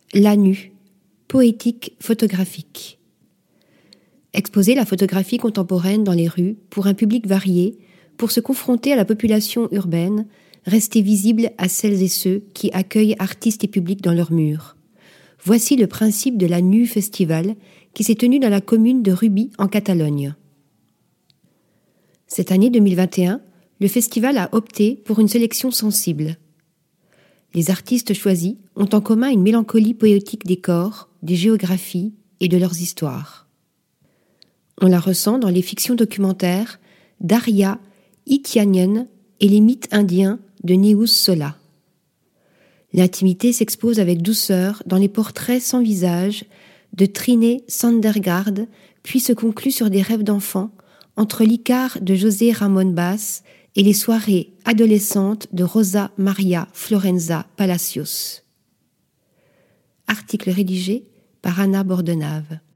La nue, poétique photographique. Exposer la photographie contemporaine dans les rues pour un public varié, pour se confronter à la population urbaine, rester visible à celles et ceux qui accueillent artistes et publics dans leurs murs. Voici le principe de la Nue Festival qui s'est tenu dans la commune de Rubí en Catalogne. Cette année 2021, le festival a opté pour une sélection sensible. Les artistes choisis ont en commun une mélancolie poétique des corps, des géographies et de leurs histoires. On la ressent dans les fictions documentaires d'Arya Itianian et les mythes indiens de Neus Sola. L'intimité s'expose avec douceur dans les portraits sans visage de Trine Sandergaard, puis se conclut sur des rêves d'enfants entre l'Icare de José Ramón Bas et les soirées adolescentes de Rosa Maria Florenza Palacios. Article rédigé par Anna Bordenave.